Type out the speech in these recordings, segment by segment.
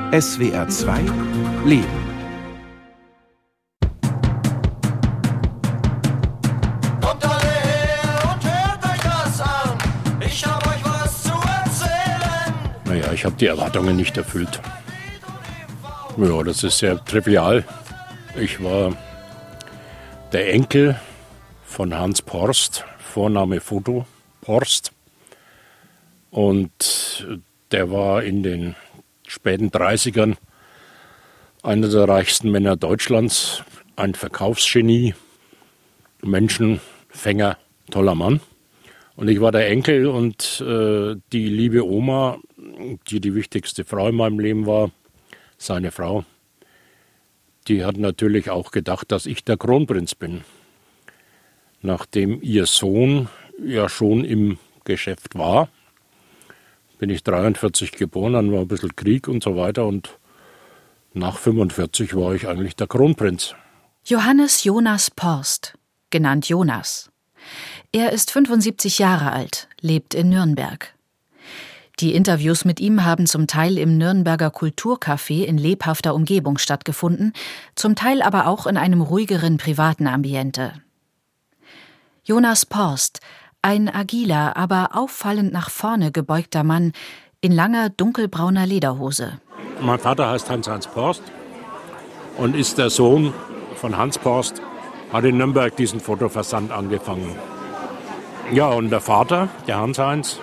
SWR 2 Leben. Kommt alle her und hört euch das an. Ich hab euch was zu erzählen. Naja, ich habe die Erwartungen nicht erfüllt. Ja, das ist sehr trivial. Ich war der Enkel von Hans Porst, Vorname Foto Porst. Und der war in den späten 30ern einer der reichsten Männer Deutschlands, ein Verkaufsgenie, Menschenfänger, toller Mann. Und ich war der Enkel und die liebe Oma, die wichtigste Frau in meinem Leben war, seine Frau, die hat natürlich auch gedacht, dass ich der Kronprinz bin. Nachdem ihr Sohn ja schon im Geschäft war, bin ich 43 geboren, dann war ein bisschen Krieg und so weiter und nach 45 war ich eigentlich der Kronprinz. Johannes Jonas Porst, genannt Jonas. Er ist 75 Jahre alt, lebt in Nürnberg. Die Interviews mit ihm haben zum Teil im Nürnberger Kulturcafé in lebhafter Umgebung stattgefunden, zum Teil aber auch in einem ruhigeren privaten Ambiente. Jonas Porst, ein agiler, aber auffallend nach vorne gebeugter Mann in langer, dunkelbrauner Lederhose. Mein Vater heißt Hans Porst und ist der Sohn von Hans Porst, hat in Nürnberg diesen Fotoversand angefangen. Ja, und der Vater, der Hans-Heinz,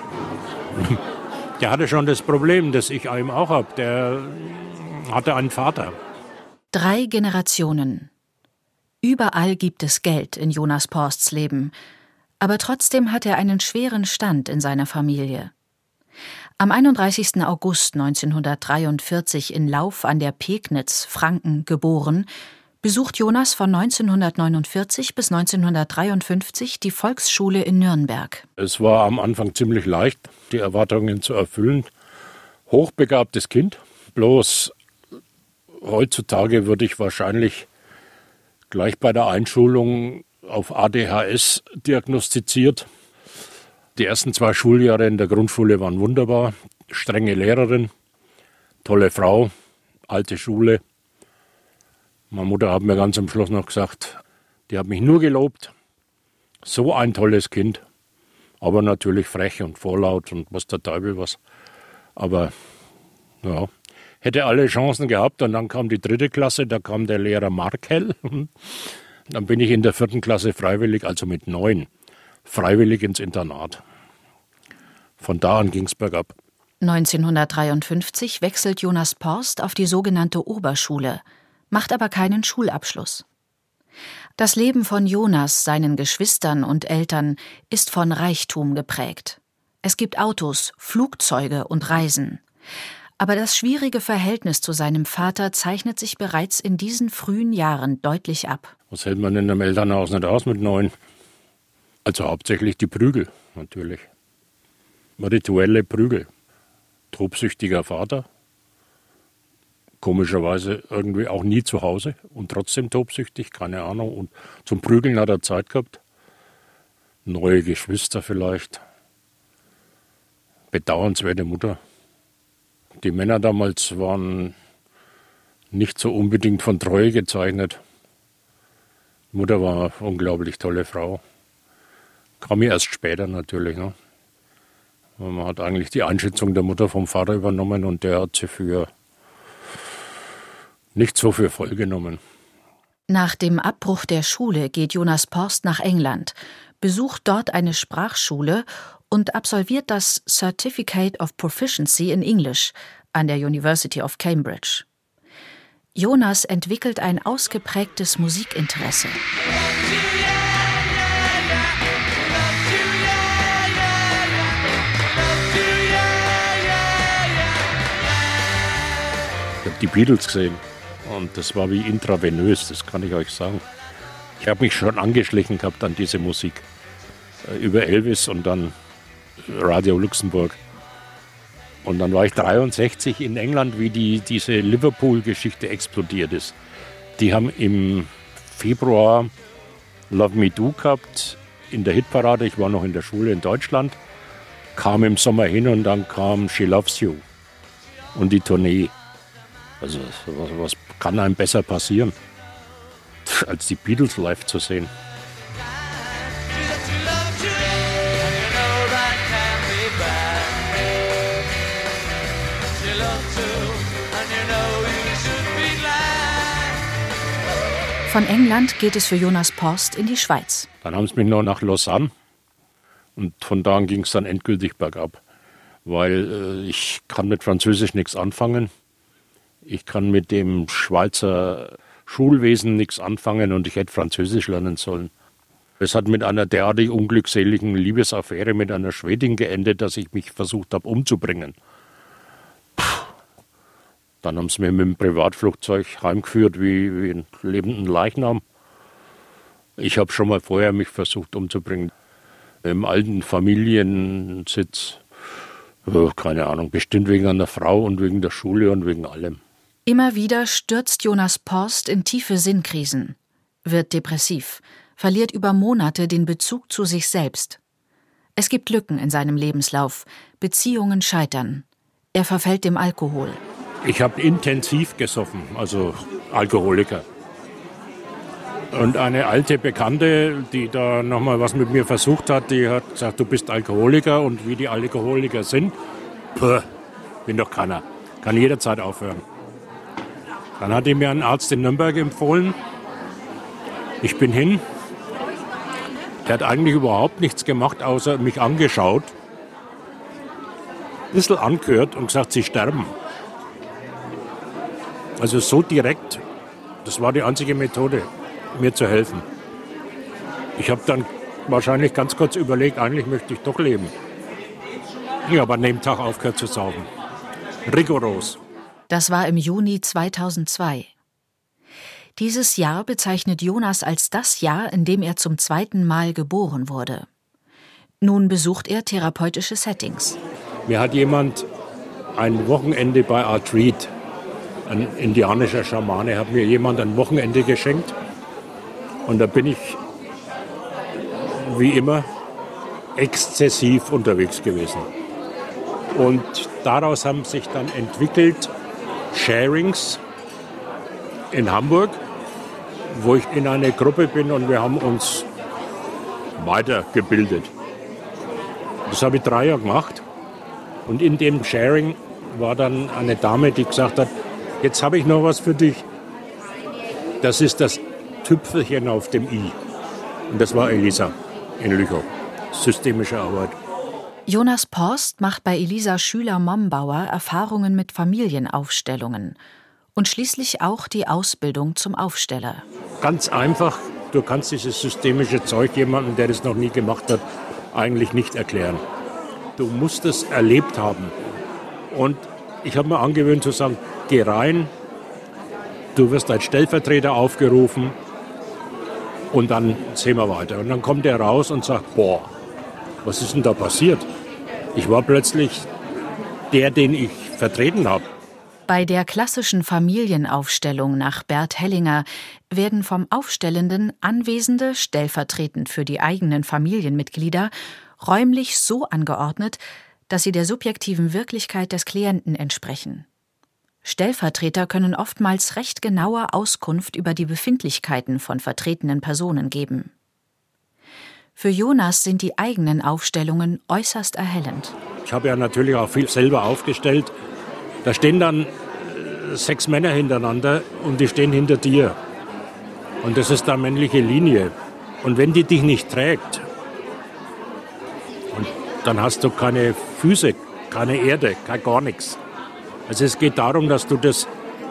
der hatte schon das Problem, das ich eben auch habe. Der hatte einen Vater. 3 Generationen. Überall gibt es Geld in Jonas Porsts Leben. Aber trotzdem hat er einen schweren Stand in seiner Familie. Am 31. August 1943 in Lauf an der Pegnitz, Franken, geboren, besucht Jonas von 1949 bis 1953 die Volksschule in Nürnberg. Es war am Anfang ziemlich leicht, die Erwartungen zu erfüllen. Hochbegabtes Kind, bloß heutzutage würde ich wahrscheinlich gleich bei der Einschulung auf ADHS diagnostiziert. Die ersten 2 Schuljahre in der Grundschule waren wunderbar. Strenge Lehrerin, tolle Frau, alte Schule. Meine Mutter hat mir ganz am Schluss noch gesagt, die hat mich nur gelobt. So ein tolles Kind, aber natürlich frech und vorlaut und was der Teufel was. Aber ja, hätte alle Chancen gehabt. Und dann kam die 3. Klasse, da kam der Lehrer Markel. Dann bin ich in der 4. Klasse freiwillig, also mit 9, freiwillig ins Internat. Von da an ging es bergab. 1953 wechselt Jonas Porst auf die sogenannte Oberschule, macht aber keinen Schulabschluss. Das Leben von Jonas, seinen Geschwistern und Eltern ist von Reichtum geprägt. Es gibt Autos, Flugzeuge und Reisen. Aber das schwierige Verhältnis zu seinem Vater zeichnet sich bereits in diesen frühen Jahren deutlich ab. Was hält man in einem Elternhaus nicht aus mit 9? Also hauptsächlich die Prügel, natürlich. Rituelle Prügel. Tobsüchtiger Vater. Komischerweise irgendwie auch nie zu Hause und trotzdem tobsüchtig, keine Ahnung. Und zum Prügeln hat er Zeit gehabt. Neue Geschwister vielleicht. Bedauernswerte Mutter. Die Männer damals waren nicht so unbedingt von Treue gezeichnet. Die Mutter war eine unglaublich tolle Frau. Kam mir erst später natürlich. Ne? Man hat eigentlich die Einschätzung der Mutter vom Vater übernommen und der hat sie nicht so für voll genommen. Nach dem Abbruch der Schule geht Jonas Porst nach England, besucht dort eine Sprachschule und absolviert das Certificate of Proficiency in English an der University of Cambridge. Jonas entwickelt ein ausgeprägtes Musikinteresse. Ich habe die Beatles gesehen und das war wie intravenös, das kann ich euch sagen. Ich habe mich schon angeschlichen gehabt an diese Musik. Über Elvis und dann Radio Luxemburg. Und dann war ich 63 in England, wie diese Liverpool-Geschichte explodiert ist. Die haben im Februar Love Me Do gehabt in der Hitparade. Ich war noch in der Schule in Deutschland, kam im Sommer hin und dann kam She Loves You und die Tournee. Also was kann einem besser passieren, als die Beatles live zu sehen? Von England geht es für Jonas Porst in die Schweiz. Dann haben sie mich noch nach Lausanne und von da an ging es dann endgültig bergab. Weil ich kann mit Französisch nichts anfangen. Ich kann mit dem Schweizer Schulwesen nichts anfangen und ich hätte Französisch lernen sollen. Es hat mit einer derartig unglückseligen Liebesaffäre mit einer Schwedin geendet, dass ich mich versucht habe umzubringen. Dann haben sie mich mit dem Privatflugzeug heimgeführt wie einen lebenden Leichnam. Ich habe schon mal vorher mich versucht umzubringen. Im alten Familiensitz. Keine Ahnung, bestimmt wegen einer Frau und wegen der Schule und wegen allem. Immer wieder stürzt Jonas Porst in tiefe Sinnkrisen, wird depressiv, verliert über Monate den Bezug zu sich selbst. Es gibt Lücken in seinem Lebenslauf, Beziehungen scheitern. Er verfällt dem Alkohol. Ich habe intensiv gesoffen, also Alkoholiker. Und eine alte Bekannte, die da nochmal was mit mir versucht hat, die hat gesagt, du bist Alkoholiker und wie die Alkoholiker sind, bin doch keiner, kann jederzeit aufhören. Dann hat mir ein Arzt in Nürnberg empfohlen, ich bin hin, der hat eigentlich überhaupt nichts gemacht, außer mich angeschaut, ein bisschen angehört und gesagt, Sie sterben. Also so direkt, das war die einzige Methode, mir zu helfen. Ich habe dann wahrscheinlich ganz kurz überlegt, eigentlich möchte ich doch leben. Ich habe an dem Tag aufgehört zu saufen. Rigoros. Das war im Juni 2002. Dieses Jahr bezeichnet Jonas als das Jahr, in dem er zum zweiten Mal geboren wurde. Nun besucht er therapeutische Settings. Mir hat jemand ein Wochenende bei Art Reed, ein indianischer Schamane, hat mir jemand ein Wochenende geschenkt. Und da bin ich, wie immer, exzessiv unterwegs gewesen. Und daraus haben sich dann entwickelt Sharings in Hamburg, wo ich in einer Gruppe bin und wir haben uns weitergebildet. Das habe ich 3 Jahre gemacht. Und in dem Sharing war dann eine Dame, die gesagt hat, jetzt habe ich noch was für dich. Das ist das Tüpfelchen auf dem I. Und das war Elisa in Lüchow. Systemische Arbeit. Jonas Porst macht bei Elisa Schüler-Mombauer Erfahrungen mit Familienaufstellungen und schließlich auch die Ausbildung zum Aufsteller. Ganz einfach, du kannst dieses systemische Zeug jemandem, der das noch nie gemacht hat, eigentlich nicht erklären. Du musst es erlebt haben. Und ich habe mir angewöhnt zu sagen, geh rein, du wirst als Stellvertreter aufgerufen und dann sehen wir weiter. Und dann kommt er raus und sagt, boah, was ist denn da passiert? Ich war plötzlich der, den ich vertreten habe. Bei der klassischen Familienaufstellung nach Bert Hellinger werden vom Aufstellenden Anwesende, stellvertretend für die eigenen Familienmitglieder, räumlich so angeordnet, dass sie der subjektiven Wirklichkeit des Klienten entsprechen. Stellvertreter können oftmals recht genaue Auskunft über die Befindlichkeiten von vertretenen Personen geben. Für Jonas sind die eigenen Aufstellungen äußerst erhellend. Ich habe ja natürlich auch viel selber aufgestellt. Da stehen dann 6 Männer hintereinander und die stehen hinter dir. Und das ist da männliche Linie. Und wenn die dich nicht trägt, und dann hast du keine Füße, keine Erde, gar nichts. Also es geht darum, dass du das,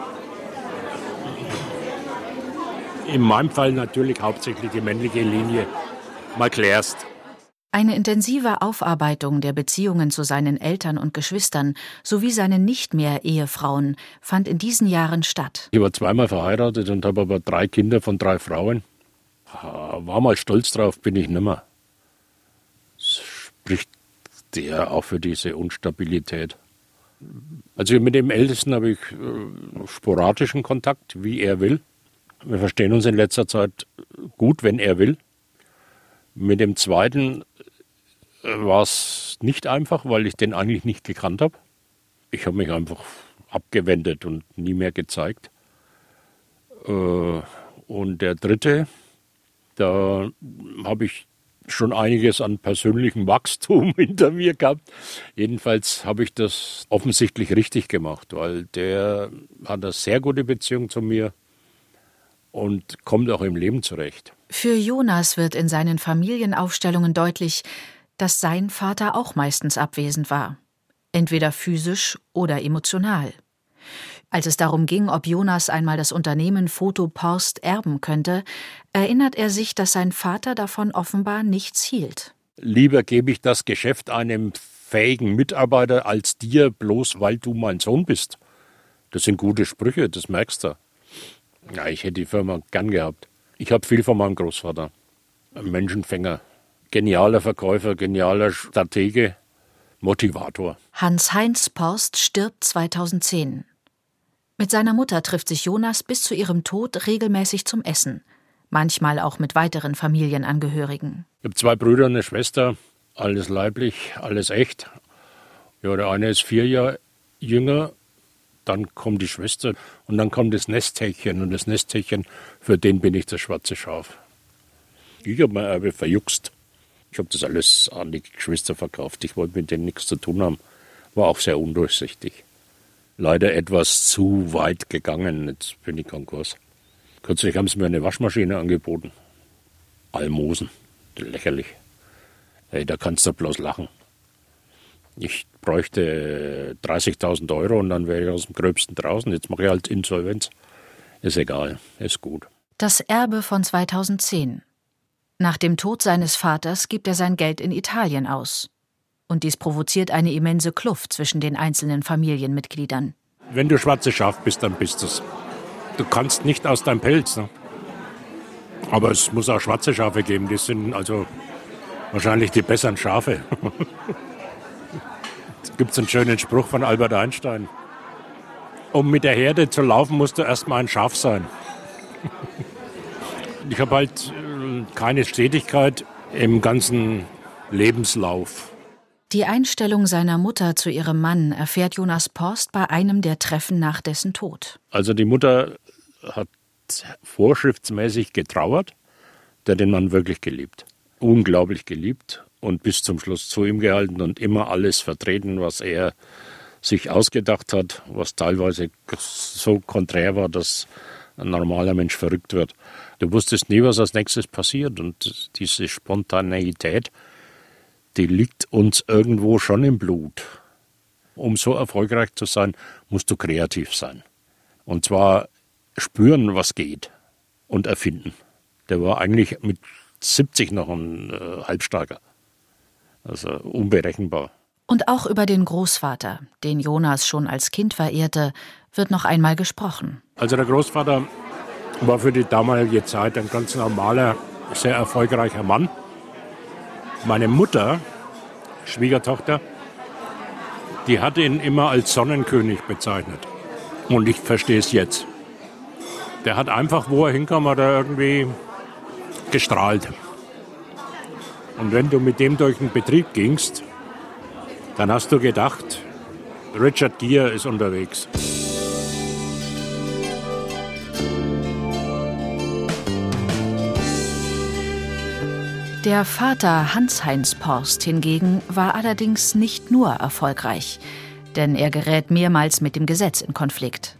in meinem Fall natürlich hauptsächlich die männliche Linie, mal klärst. Eine intensive Aufarbeitung der Beziehungen zu seinen Eltern und Geschwistern sowie seinen Nicht-mehr-Ehefrauen fand in diesen Jahren statt. Ich war 2-mal verheiratet und habe aber 3 Kinder von 3 Frauen. War mal stolz drauf, bin ich nimmer. Das spricht der auch für diese Unstabilität. Also mit dem Ältesten habe ich sporadischen Kontakt, wie er will. Wir verstehen uns in letzter Zeit gut, wenn er will. Mit dem Zweiten war es nicht einfach, weil ich den eigentlich nicht gekannt habe. Ich habe mich einfach abgewendet und nie mehr gezeigt. Und der dritte, da habe ich schon einiges an persönlichem Wachstum hinter mir gehabt. Jedenfalls habe ich das offensichtlich richtig gemacht, weil der hat eine sehr gute Beziehung zu mir und kommt auch im Leben zurecht. Für Jonas wird in seinen Familienaufstellungen deutlich, dass sein Vater auch meistens abwesend war. Entweder physisch oder emotional. Als es darum ging, ob Jonas einmal das Unternehmen Foto Porst erben könnte, erinnert er sich, dass sein Vater davon offenbar nichts hielt. Lieber gebe ich das Geschäft einem fähigen Mitarbeiter als dir, bloß weil du mein Sohn bist. Das sind gute Sprüche, das merkst du. Ja, ich hätte die Firma gern gehabt. Ich habe viel von meinem Großvater. Ein Menschenfänger, genialer Verkäufer, genialer Stratege, Motivator. Hans-Heinz Porst stirbt 2010. Mit seiner Mutter trifft sich Jonas bis zu ihrem Tod regelmäßig zum Essen. Manchmal auch mit weiteren Familienangehörigen. Ich habe 2 Brüder und eine Schwester, alles leiblich, alles echt. Ja, der eine ist 4 Jahre jünger, dann kommt die Schwester und dann kommt das Nesthäkchen. Und das Nesthäkchen, für den bin ich das schwarze Schaf. Ich habe mein Erbe verjuckst. Ich habe das alles an die Geschwister verkauft. Ich wollte mit denen nichts zu tun haben. War auch sehr undurchsichtig. Leider etwas zu weit gegangen. Jetzt bin ich Konkurs. Kürzlich haben sie mir eine Waschmaschine angeboten. Almosen. Lächerlich. Hey, da kannst du bloß lachen. Ich bräuchte 30.000 € und dann wäre ich aus dem Gröbsten draußen. Jetzt mache ich halt Insolvenz. Ist egal, ist gut. Das Erbe von 2010. Nach dem Tod seines Vaters gibt er sein Geld in Italien aus. Und dies provoziert eine immense Kluft zwischen den einzelnen Familienmitgliedern. Wenn du schwarzes Schaf bist, dann bist du es. Du kannst nicht aus deinem Pelz. Ne? Aber es muss auch schwarze Schafe geben. Die sind also wahrscheinlich die besseren Schafe. Es gibt einen schönen Spruch von Albert Einstein. Um mit der Herde zu laufen, musst du erstmal ein Schaf sein. Ich habe halt keine Stetigkeit im ganzen Lebenslauf. Die Einstellung seiner Mutter zu ihrem Mann erfährt Jonas Porst bei einem der Treffen nach dessen Tod. Also die Mutter hat vorschriftsmäßig getrauert, der hat den Mann wirklich geliebt. Unglaublich geliebt und bis zum Schluss zu ihm gehalten und immer alles vertreten, was er sich ausgedacht hat, was teilweise so konträr war, dass ein normaler Mensch verrückt wird. Du wusstest nie, was als nächstes passiert und diese Spontaneität, die liegt uns irgendwo schon im Blut. Um so erfolgreich zu sein, musst du kreativ sein. Und zwar spüren, was geht und erfinden. Der war eigentlich mit 70 noch ein Halbstarker. Also unberechenbar. Und auch über den Großvater, den Jonas schon als Kind verehrte, wird noch einmal gesprochen. Also der Großvater war für die damalige Zeit ein ganz normaler, sehr erfolgreicher Mann. Meine Mutter, Schwiegertochter, die hat ihn immer als Sonnenkönig bezeichnet. Und ich verstehe es jetzt. Der hat einfach, wo er hinkam, hat er irgendwie gestrahlt. Und wenn du mit dem durch den Betrieb gingst, dann hast du gedacht, Richard Gere ist unterwegs. Der Vater Hans-Heinz Porst hingegen war allerdings nicht nur erfolgreich, denn er gerät mehrmals mit dem Gesetz in Konflikt.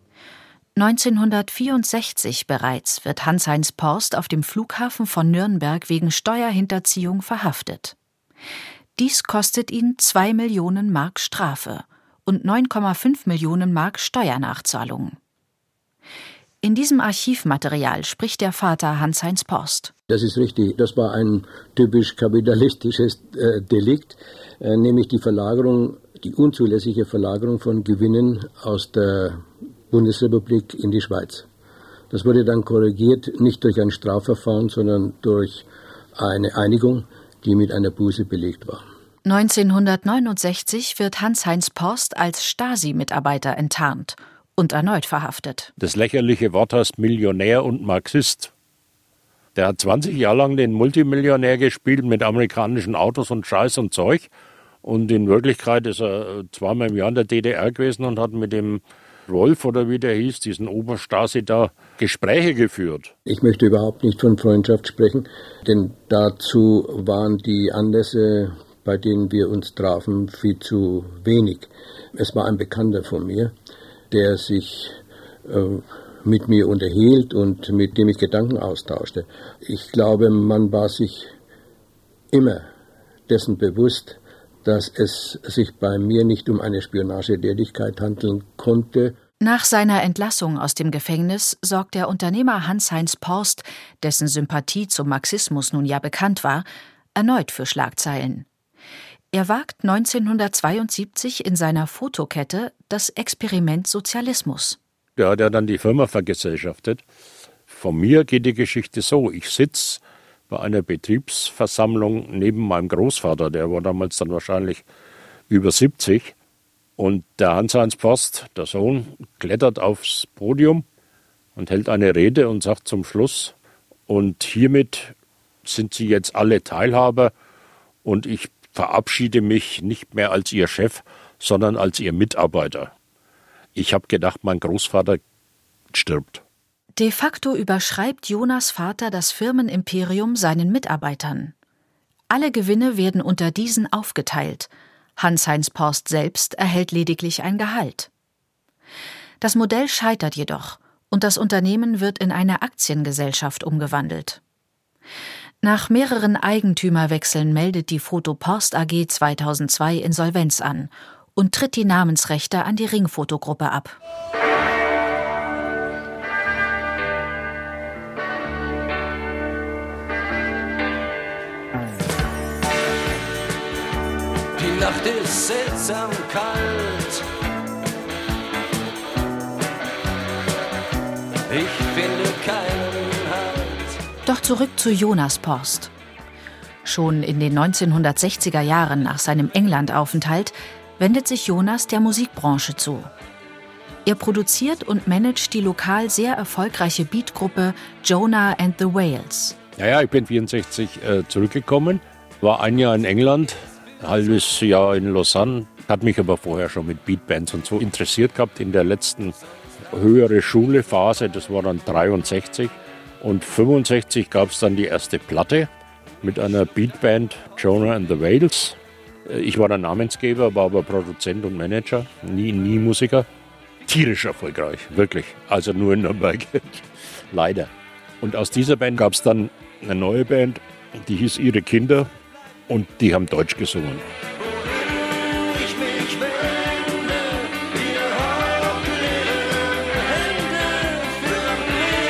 1964 bereits wird Hans-Heinz Porst auf dem Flughafen von Nürnberg wegen Steuerhinterziehung verhaftet. Dies kostet ihn 2 Millionen Mark Strafe und 9,5 Millionen Mark Steuernachzahlungen. In diesem Archivmaterial spricht der Vater Hans-Heinz Porst. Das ist richtig. Das war ein typisch kapitalistisches Delikt, nämlich die unzulässige Verlagerung von Gewinnen aus der Bundesrepublik in die Schweiz. Das wurde dann korrigiert, nicht durch ein Strafverfahren, sondern durch eine Einigung, die mit einer Buße belegt war. 1969 wird Hans-Heinz Porst als Stasi-Mitarbeiter enttarnt und erneut verhaftet. Das lächerliche Wort heißt Millionär und Marxist. Der hat 20 Jahre lang den Multimillionär gespielt mit amerikanischen Autos und Scheiß und Zeug. Und in Wirklichkeit ist er zweimal im Jahr in der DDR gewesen und hat mit dem Rolf, oder wie der hieß, diesen Oberstasi da, Gespräche geführt. Ich möchte überhaupt nicht von Freundschaft sprechen, denn dazu waren die Anlässe, bei denen wir uns trafen, viel zu wenig. Es war ein Bekannter von mir, der sich mit mir unterhielt und mit dem ich Gedanken austauschte. Ich glaube, man war sich immer dessen bewusst, dass es sich bei mir nicht um eine Spionagetätigkeit handeln konnte. Nach seiner Entlassung aus dem Gefängnis sorgt der Unternehmer Hans-Heinz Porst, dessen Sympathie zum Marxismus nun ja bekannt war, erneut für Schlagzeilen. Er wagt 1972 in seiner Fotokette das Experiment Sozialismus. Der hat ja dann die Firma vergesellschaftet. Von mir geht die Geschichte so: Ich sitze bei einer Betriebsversammlung neben meinem Großvater, der war damals dann wahrscheinlich über 70. Und der Hans-Heinz Porst, der Sohn, klettert aufs Podium und hält eine Rede und sagt zum Schluss: Und hiermit sind Sie jetzt alle Teilhaber und ich verabschiede mich nicht mehr als Ihr Chef, sondern als Ihr Mitarbeiter. Ich habe gedacht, mein Großvater stirbt. De facto überschreibt Jonas Vater das Firmenimperium seinen Mitarbeitern. Alle Gewinne werden unter diesen aufgeteilt. Hans-Heinz Porst selbst erhält lediglich ein Gehalt. Das Modell scheitert jedoch und das Unternehmen wird in eine Aktiengesellschaft umgewandelt. Nach mehreren Eigentümerwechseln meldet die Foto Porst AG 2002 Insolvenz an und tritt die Namensrechte an die Ringfotogruppe ab. Die Nacht ist seltsam kalt. Ich finde keinen Halt. Doch zurück zu Jonas Porst. Schon in den 1960er Jahren nach seinem Englandaufenthalt wendet sich Jonas der Musikbranche zu. Er produziert und managt die lokal sehr erfolgreiche Beatgruppe Jonah and the Whales. Ja, ich bin 64 zurückgekommen, war ein Jahr in England, ein halbes Jahr in Lausanne, hat mich aber vorher schon mit Beatbands und so interessiert gehabt. In der letzten höhere Schule-Phase, das war dann 63 und 65 gab es dann die erste Platte mit einer Beatband Jonah and the Whales. Ich war der Namensgeber, war aber Produzent und Manager, nie Musiker. Tierisch erfolgreich, wirklich. Also nur in Nürnberg, leider. Und aus dieser Band gab es dann eine neue Band, die hieß Ihre Kinder und die haben Deutsch gesungen. Ich mich wende, ihr habt leere Hände für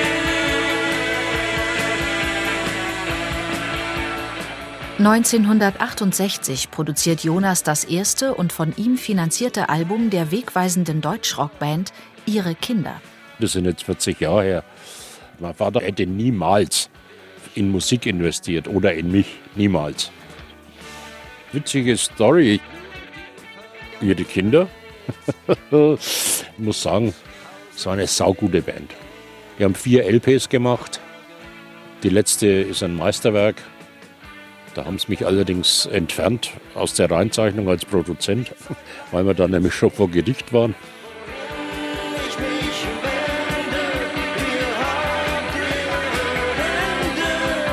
mich. 1968 produziert Jonas das erste und von ihm finanzierte Album der wegweisenden Deutschrockband Ihre Kinder. Das sind jetzt 40 Jahre her. Mein Vater hätte niemals in Musik investiert oder in mich, niemals. Witzige Story. Ihre Kinder, ich muss sagen, es war eine saugute Band. Die haben 4 LPs gemacht. Die letzte ist ein Meisterwerk. Da haben sie mich allerdings entfernt aus der Reinzeichnung als Produzent, weil wir dann nämlich schon vor Gericht waren. Ich mich wende, ihr habt leere Hände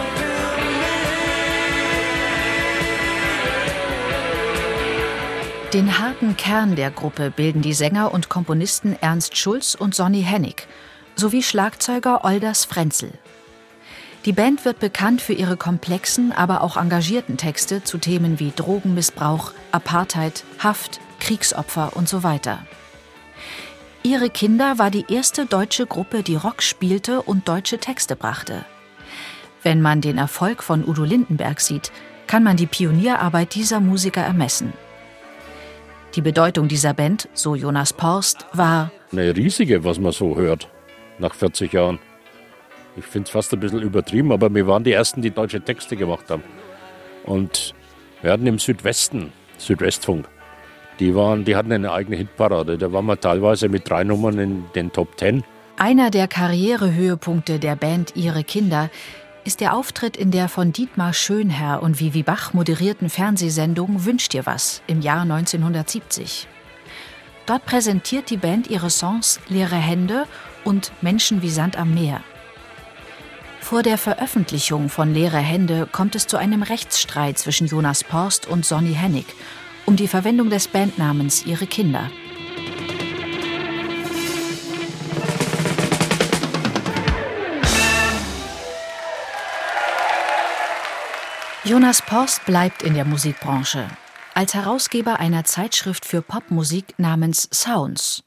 für mich. Den harten Kern der Gruppe bilden die Sänger und Komponisten Ernst Schulz und Sonny Hennig sowie Schlagzeuger Olders Frenzel. Die Band wird bekannt für ihre komplexen, aber auch engagierten Texte zu Themen wie Drogenmissbrauch, Apartheid, Haft, Kriegsopfer und so weiter. Ihre Kinder war die erste deutsche Gruppe, die Rock spielte und deutsche Texte brachte. Wenn man den Erfolg von Udo Lindenberg sieht, kann man die Pionierarbeit dieser Musiker ermessen. Die Bedeutung dieser Band, so Jonas Porst, war Eine riesige, was man so hört, nach 40 Jahren. Ich finde es fast ein bisschen übertrieben, aber wir waren die Ersten, die deutsche Texte gemacht haben. Und wir hatten im Südwestfunk, die hatten eine eigene Hitparade. Da waren wir teilweise mit 3 Nummern in den Top 10. einer der Karrierehöhepunkte der Band Ihre Kinder ist der Auftritt in der von Dietmar Schönherr und Vivi Bach moderierten Fernsehsendung Wünsch dir was im Jahr 1970. Dort präsentiert die Band ihre Songs Leere Hände und Menschen wie Sand am Meer. Vor der Veröffentlichung von Leere Hände kommt es zu einem Rechtsstreit zwischen Jonas Porst und Sonny Hennig um die Verwendung des Bandnamens Ihre Kinder. Jonas Porst bleibt in der Musikbranche. Als Herausgeber einer Zeitschrift für Popmusik namens Sounds.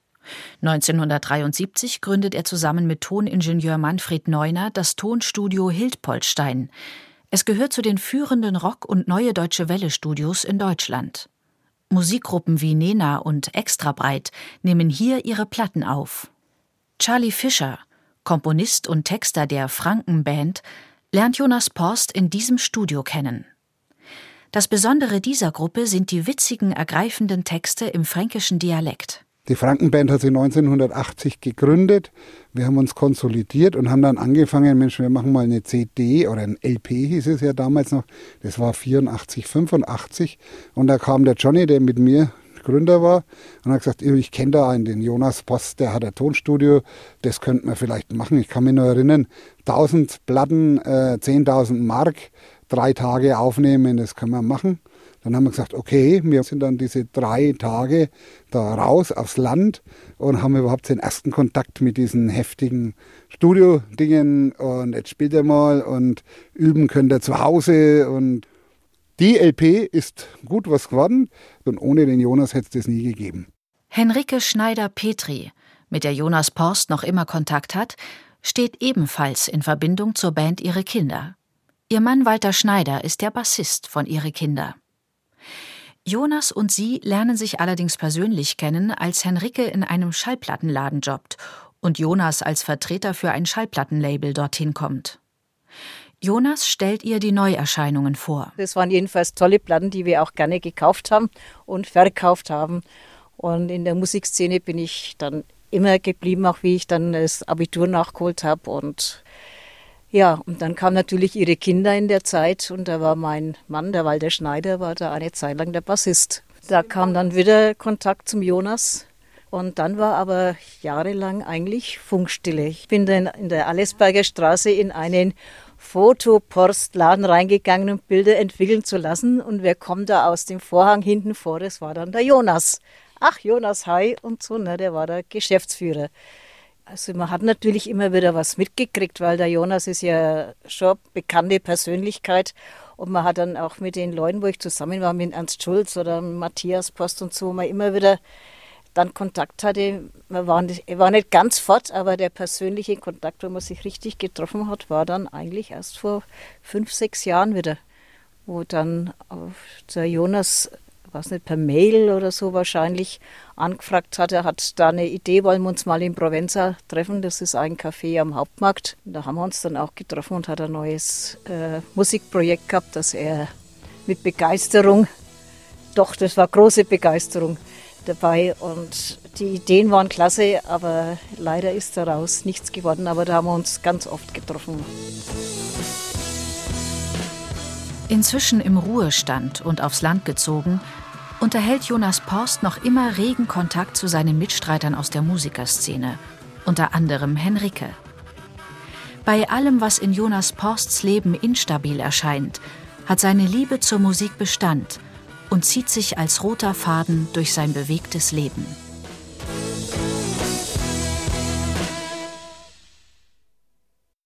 1973 gründet er zusammen mit Toningenieur Manfred Neuner das Tonstudio Hildpoltstein. Es gehört zu den führenden Rock- und Neue Deutsche Welle-Studios in Deutschland. Musikgruppen wie Nena und Extrabreit nehmen hier ihre Platten auf. Charlie Fischer, Komponist und Texter der Franken-Band, lernt Jonas Porst in diesem Studio kennen. Das Besondere dieser Gruppe sind die witzigen, ergreifenden Texte im fränkischen Dialekt. Die Franken-Band hat sich 1980 gegründet. Wir haben uns konsolidiert und haben dann angefangen, Mensch, wir machen mal eine CD oder ein LP hieß es ja damals noch. Das war 84, 85. Und da kam der Johnny, der mit mir Gründer war, und hat gesagt, ich kenne da einen, den Jonas Porst, der hat ein Tonstudio, das könnte man vielleicht machen. Ich kann mich nur erinnern, 1000 Platten, 10.000 Mark, 3 Tage aufnehmen, das können wir machen. Dann haben wir gesagt, okay, wir sind dann diese 3 Tage da raus aufs Land und haben überhaupt den ersten Kontakt mit diesen heftigen Studio-Dingen, und jetzt spielt er mal und üben könnt ihr zu Hause, und die LP ist gut was geworden, und ohne den Jonas hätte es das nie gegeben. Henrike Schneider-Petri, mit der Jonas Porst noch immer Kontakt hat, steht ebenfalls in Verbindung zur Band Ihre Kinder. Ihr Mann Walter Schneider ist der Bassist von Ihre Kinder. Jonas und sie lernen sich allerdings persönlich kennen, als Henrike in einem Schallplattenladen jobbt und Jonas als Vertreter für ein Schallplattenlabel dorthin kommt. Jonas stellt ihr die Neuerscheinungen vor. Das waren jedenfalls tolle Platten, die wir auch gerne gekauft haben und verkauft haben. Und in der Musikszene bin ich dann immer geblieben, auch wie ich dann das Abitur nachgeholt habe. Und ja, und dann kamen natürlich Ihre Kinder in der Zeit, und da war mein Mann, der Walter Schneider, war da eine Zeit lang der Bassist. Da kam dann wieder Kontakt zum Jonas, und dann war aber jahrelang eigentlich Funkstille. Ich bin dann in der Allesberger Straße in einen Fotoporstladen reingegangen, um Bilder entwickeln zu lassen, und wer kommt da aus dem Vorhang hinten vor? Das war dann der Jonas. Ach, Jonas, hi, und so, ne, der war der Geschäftsführer. Also man hat natürlich immer wieder was mitgekriegt, weil der Jonas ist ja schon eine bekannte Persönlichkeit, und man hat dann auch mit den Leuten, wo ich zusammen war, mit Ernst Schulz oder Matthias Post und so, man immer wieder dann Kontakt hatte. Er war nicht ganz fort, aber der persönliche Kontakt, wo man sich richtig getroffen hat, war dann eigentlich erst vor 5, 6 Jahren wieder, wo dann der Jonas, weiß nicht, per Mail oder so wahrscheinlich angefragt hat. Er hat da eine Idee, wollen wir uns mal in Provenza treffen. Das ist ein Café am Hauptmarkt. Da haben wir uns dann auch getroffen und hat ein neues Musikprojekt gehabt, das er mit Begeisterung, doch, das war große Begeisterung dabei, und die Ideen waren klasse, aber leider ist daraus nichts geworden. Aber da haben wir uns ganz oft getroffen. Inzwischen im Ruhestand und aufs Land gezogen, unterhält Jonas Porst noch immer regen Kontakt zu seinen Mitstreitern aus der Musikerszene, unter anderem Henrike. Bei allem, was in Jonas Porsts Leben instabil erscheint, hat seine Liebe zur Musik Bestand und zieht sich als roter Faden durch sein bewegtes Leben.